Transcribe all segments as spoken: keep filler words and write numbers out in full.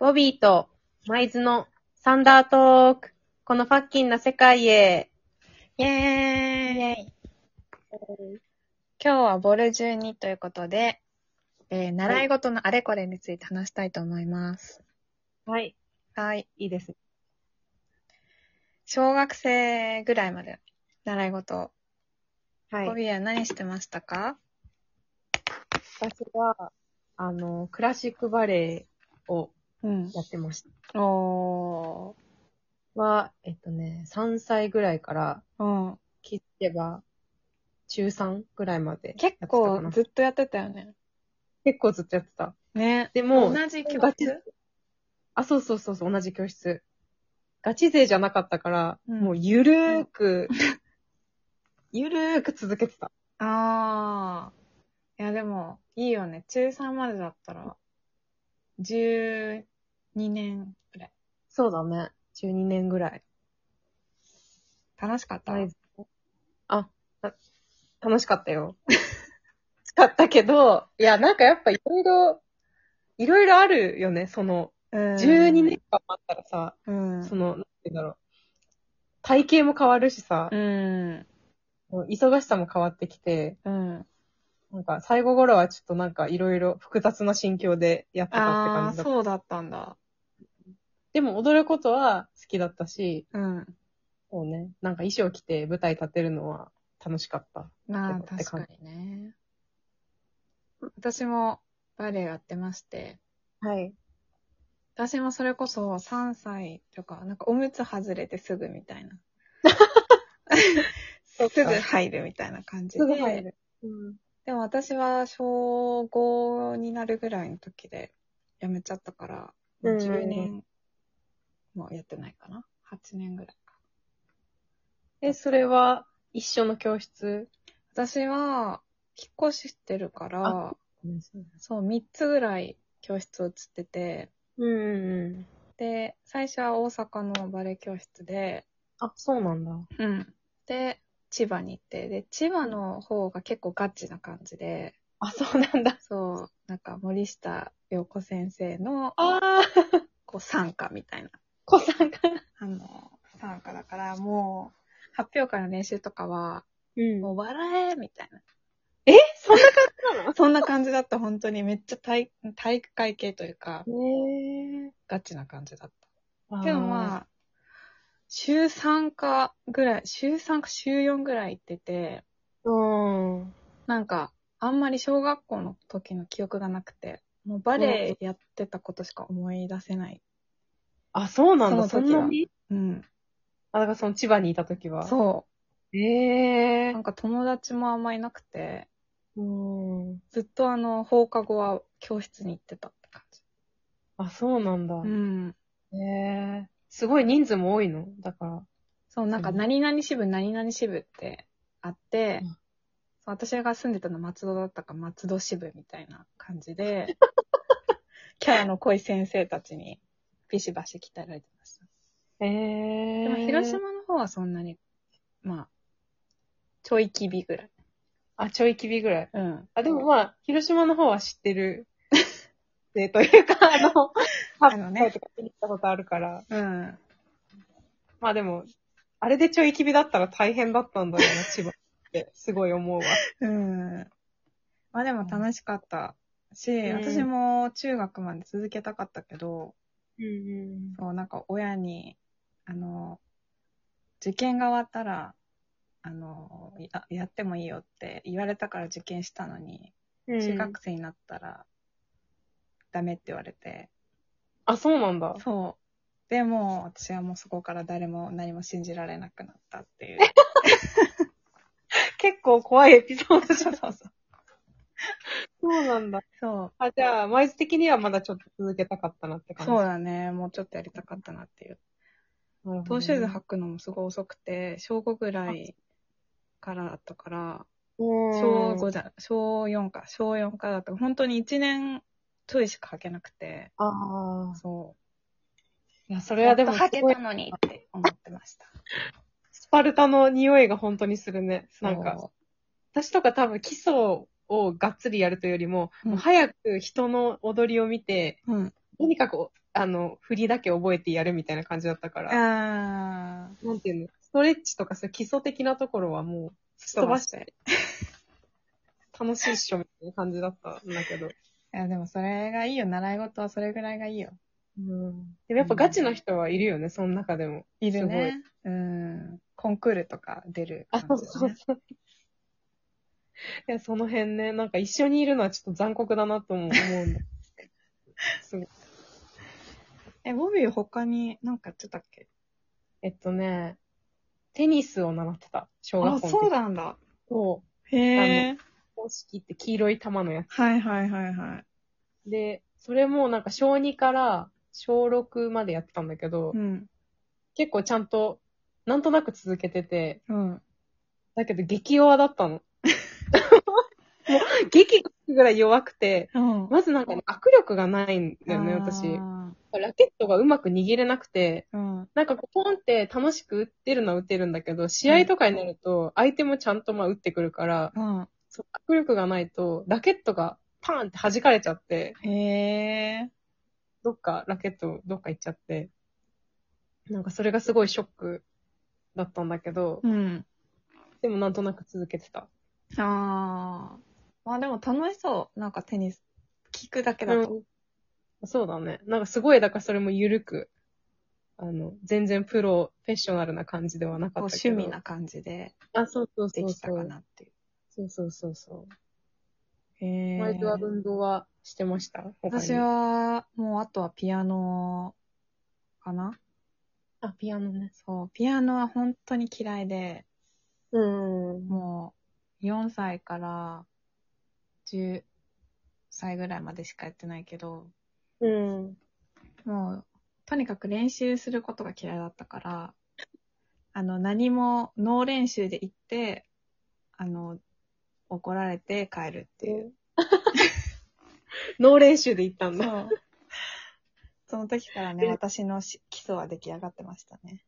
ボビーとマイズのサンダートーク。このファッキンな世界へ。 イェーイ。今日はボルじゅうにということで、えー、習い事のあれこれについて話したいと思います。 はい。 はい。 いいですね。 小学生ぐらいまで習い事。 はい。 ボビーは何してましたか？ 私は、あの、クラシックバレエをうん。 やってました。 おは、えっとね、さんさいぐらいからー。うん。 気づけば、ちゅうさんぐらいまでやって結たかな。 構ずっとやってたよね。 結構ずっとやってた。 ね。 でも、 同じ教ガチ室？ あ、そうそうそうそう、同じ教室。ガチ勢じゃなかったから、 うんもうゆるーく、ゆるーく続けてた。 あー。いやでも、いいよね。中さんまでだったら、じゅうにねんぐらい。 そうだね。じゅうにねんぐらい。 楽しかった？ はい。あ、た楽しかったよ。楽しかったけど、いや、なんかやっぱいろいろ、いろいろあるよね。その、 うん。 じゅうにねんかんもあったらさ、 うん。 その、なんて言うんだろう。体型も変わるしさ、 うん。 もう忙しさも変わってきて、 うん。 なんか最後頃はちょっとなんかいろいろ複雑な心境でやってたってああ、 感じだった。 そうだったんだ。 でも踊ることは好きだったし、 うん。 そうね、なんか衣装着て舞台立てるのは楽しかったまあ、 けどって感じ。 確かにね。私もバレエやってまして、 はい。 私もそれこそさんさいとか、なんかおむつ外れてすぐみたいな。 そっかすぐ入るみたいな感じすぐ入で。 る。うん。 でも私は小ごになるぐらいの時で辞めちゃったから、 うもう10 ん。 年もやってないかな。はちねんぐらいか。 え、それは一緒の教室？ 私は引っ越してるかあ、 ら、 うんそうそう、みっつぐらい教室を移ってて、 うんうん。 で、最初は大阪のバレエ教室で、 あ、そうなんだ。 うん。で、千葉に行って、で、千葉の方が結構ガチな感じで、 あ、そうなんだ。 そう、なんか森下陽子先生の、 ああ、 こう、参加みたいな、 子さんが。 あの、参加だから、もう、発表会の練習とかは、 うん。 もう笑えみたいな。 え、そんな感じなの？ そんな感じだった、本当に。めっちゃ体体育会系というか、 へえ。 ガチな感じだった。 あでもまあ、週さんかぐらい、週さんか週よんぐらい行ってて、 あ、うん。 なんか、あんまり小学校の時の記憶がなくて、もうバレエやってたことしか思い出せない。 あ、そうなんそだ。 の時は。 そんなに？ うん。 あ、だからその千葉にいた時は。 そえう。なえ。 んか友達もあんまいなくて、 うん。 ずっとあの、放課後は教室に行ってたって感じ。 あ、そうなんだ。 うん。 ええ。すごい人数も多いのだから。 そう、なんかその何々支部、何々支部ってあって、 うんそう私が住んでたの松戸だったか松戸支部みたいな感じで、キャラの濃い先生たちにビシバシ鍛えられてました。 えでも広え。 島の方はそんなに、まあ、ちょいきびぐらい。 あ、ちょいきびぐらい。 うん。 あ、でもまあ、広島の方は知ってる。で、というか、あの、 あのね。 とか見に行ったことあるから。 うん。 まあでも、あれでちょいきびだったら大変だったんだろうな、千葉ってすごい思うわ。 うん。まあでも楽しかったし、 うん。 私も中学まで続けたかったけど、 うんうん。 そう、なんか親に、あの、受験が終わったら、あの、や、やってもいいよって言われたから受験したのに、中うん。 学生になったらダメって言われて、 あ、そうなんだ。 そう。でも、私はもうそこから誰も何も信じられなくなったっていう。 結構怖いエピソードじゃん。 そうそうそう。 そうなんだ。 そう。 あ、じゃあ、マイズ的にはまだちょっと続けたかったなって感そうじ。 だね。もうちょっとやりたかったなっていう。 なるほトーシューズどね。 履くのもすごい遅くて、小ごぐらいからだったから、 う小ーん。 ごじゃ、小よんか、小よんからだったから、本当にいちねんちょいしか履けなくて、 ああ。 そいや、それう。やはでっと履もすごい、 けたのにって思ってました。 スパルタの匂いが本当にするね。なんか、 そ私とか多分基礎をがっつりやるというよりも、 う。うん。 もう早く人の踊りを見て、 うん。 とにかくあの、振りだけ覚えてやるみたいな感じだったから、 あー。 なんていうの、ストレッチとかそういう基礎的なところはもう、すっ飛ばして、楽しいっしょみたいな感じだったんだけど。 いや、でもそれがいいよ。習い事はそれぐらいがいいよ。 うん。でもやっぱガチの人はいるよね、その中でも。 いるすごい。 ね。うん。コンクールとか出るあ、 感じ、ね。 そうそうそう。いや、その辺ね、なんか一緒にいるのはちょっと残酷だなとも思うんだ。すごい。 え、ボビー他に何かやってたっけ？ えっとね、テニスを習ってた。小学あ、 校の時。 そうなんだ。 そう。あの、 へえ。 公式って黄色い球のやつ。 はいはいはいはい。 で、それもなんか小にから小ろくまでやってたんだけど、 うん。 結構ちゃんと、なんとなく続けてて、 うん。 だけど激弱だったの。もう、激がつくぐらい弱くて、 うん。 まずなんかね、握力がないんだよね、私。 あラケットがうまく握れなくて、 ー。うん。 なんかこうポンって楽しく打ってるのは打てるんだけど、試合とかになると、相手もちゃんとまあ打ってくるから、 うん。 そう握力がないと、ラケットがパーンって弾かれちゃって、 へえ。 どっか、ラケットどっか行っちゃって、なんかそれがすごいショックだったんだけど、 うん。 でもなんとなく続けてた。 あー。まあでも楽しそう。なんかテニス。聞くだけだと。 うん。そうだね。なんかすごい、だからそれも緩く、あの、全然プロ、フェッショナルな感じではなかこうったけど。 趣味な感じであ、そうそうできたそうそう。 かなっていそうそうそうそう。 う。へ前はえ。 運動はしてました他私に。 は、もうあとはピアノかな。 あ、ピアノね。 そう。ピアノは本当に嫌いで、 うーん。 もうよんさいからじゅっさいぐらいまでしかやってないけど、 うん。 もう、とにかく練習することが嫌いだったから、あの、何も、ノー練習で行って、あの、怒られて帰るっていう。 ノー練習で行ったんだ。 そう。その時からね、 え私のし基礎は出来上がってましたね。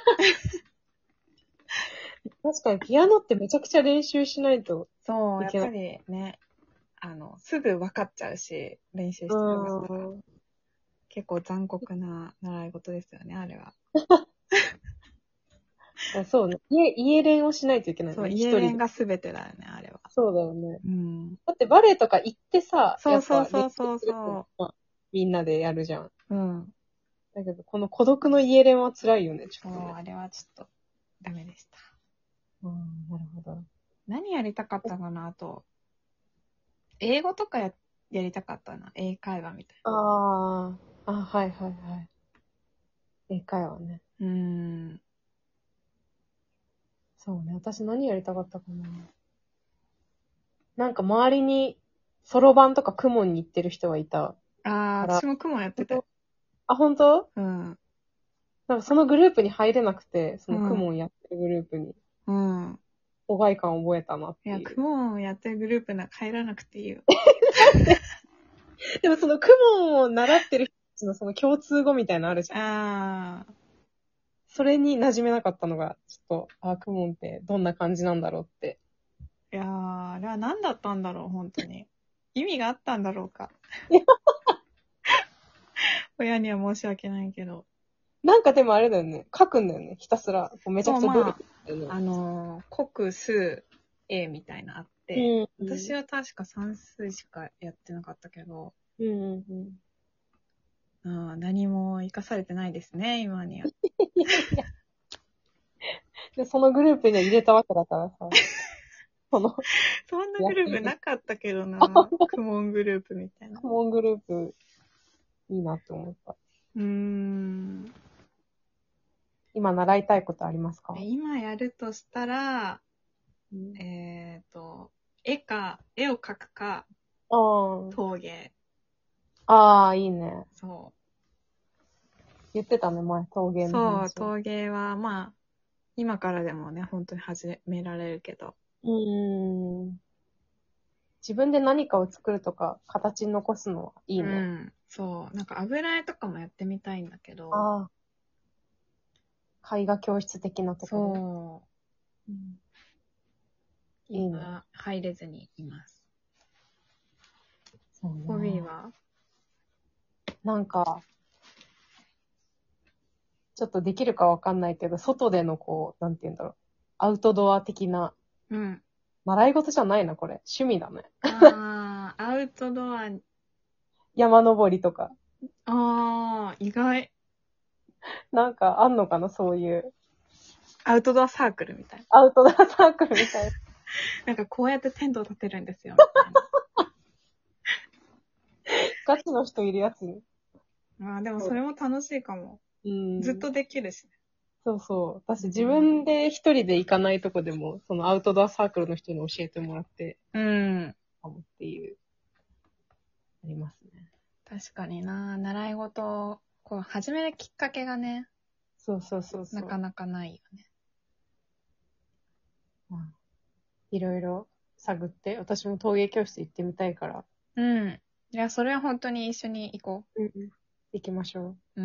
確かにピアノってめちゃくちゃ練習しないとそう、 いけない。 やっぱりね、あの、すぐ分かっちゃうし、練習してなかったら。 うーん。 結構残酷な習い事ですよね、あれは。 そうね。家、家練をしないといけないそう、 ね。一家練人で。 が全てだよね、あれは。 そうだよね。 うん。 だってバレエとか行ってさ、 そうそうやっぱ練習そうそうすると、 そまあ、みんなでやるじゃん。 う。うん。 だけど、この孤独の家練は辛いよね、ちょそう、 っとね。 あれはちょっとダメでした。 うん、なるほど。 何やりたかったかな、あと。英語とかや、やりたかったな。英会話みたいああ、あ、はいはいはい。英会話ね。 な。うーん。 そうね。私何やりたかったかな。なんか周りに、そろばんとか公文に行ってる人がいたああ、 から。 私も雲やってたよ。 あ、本当？ うん。 なんかそのグループに入れなくて、その公うん。 文やってるグループに、 うん。 疎外感を覚えたなっいや、 ていう。 雲やってるグループなんか入らなくていいよ。 でもその公文を習ってる人たちのその共通語みたいなのあるじゃん。 ああ。 それに馴染めなかったのが、ちょっと、あ、公文ってどんな感じなんだろうって。 いやー、あれは何だったんだろう、本当に。意味があったんだろうか。親には申し訳ないけど。 なんかでもあれだよね。書くんだよね。ひたすら。こうめちゃそう、 くちゃ努まあ、 力だよね。 あのー、国数 A みたいなあって、 うん。 私は確か算数しかやってなかったけど、 うんうんうん。 あー何も活かされてないですね、今には。 で、そのグループには入れたわけだからさ。その、 そんなグループやってみる。 なかったけどな、クモングループみたいな。 公文グループ、いいなって思った。 うーん。 今習いたいことありますか？ 今やるとしたら、 うん、 えっと、絵か、絵を描くか、 あー陶芸。 あー、いいね。 そう。 言ってたね、前、陶芸のそう、 話を。 陶芸は、まあ、今からでもね、本当に始められるけど。 うーん。自分で何かを作るとか、形に残すのはいいね。 うん。そう。なんか油絵とかもやってみたいんだけど、 ああ、絵画教室的なところ。 そう。 うん、いいね。 今、入れずにいます。 そうね。 ホビーは？ なんか、 ちょっとできるかわかんないけど、外でのこう、なんて言うんだろう。アウトドア的な、 うん。 習い事じゃないな、これ。趣味だね。 あー、アウトドア、 山登りとか。 あー、意外。 なんかあんのかな、そういう。 アウトドアサークルみたいな。 アウトドアサークルみたいな。 なんかこうやってテントを立てるんですよ、みたいガチの人いるやつ。 な。あー、でもそれも楽しいかも。 うん。 ずっとできるしね。 そうそう。私自分で一人で行かないとこでも、そのアウトドアサークルの人に教えてもらって、 うん。 かもっていう、ありますね。 確かにな、習い事、こう、始めるきっかけがね、 そうそうそうそう。 なかなかないよね。 まあいろいろ探って、私も陶芸教室行ってみたいから。 うん。いや、それは本当に一緒に行こうん。行きましょう。うん。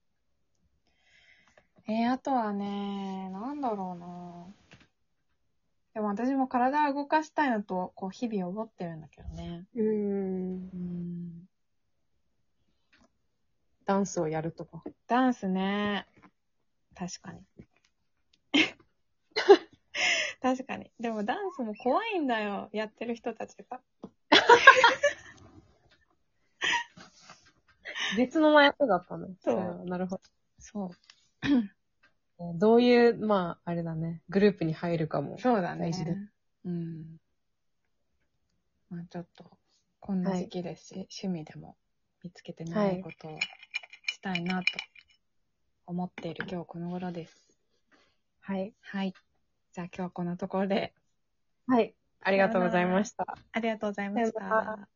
えー、あとはね、なんだろうな。でも私も体を動かしたいのと、こう、日々思ってるんだけどね。 う。うん。 うん。 ダンスをやるとか。 ダンスね。確かに。確かに。でもダンスも怖いんだよ。やってる人たちが。 別のやつだったね。 そうれはなるほそう。 ど。どういう、まあ、あれだね。グループに入るかも。 そうだね。 大事でうん。まあちょっと、こんな時期ですし、趣味でも見つけてないことをしたいなと思っている今日この頃です。 はい。 はい。じゃあ今日はこんなところで。 はい。ありがとうございました。 ありがとうございましさよならた。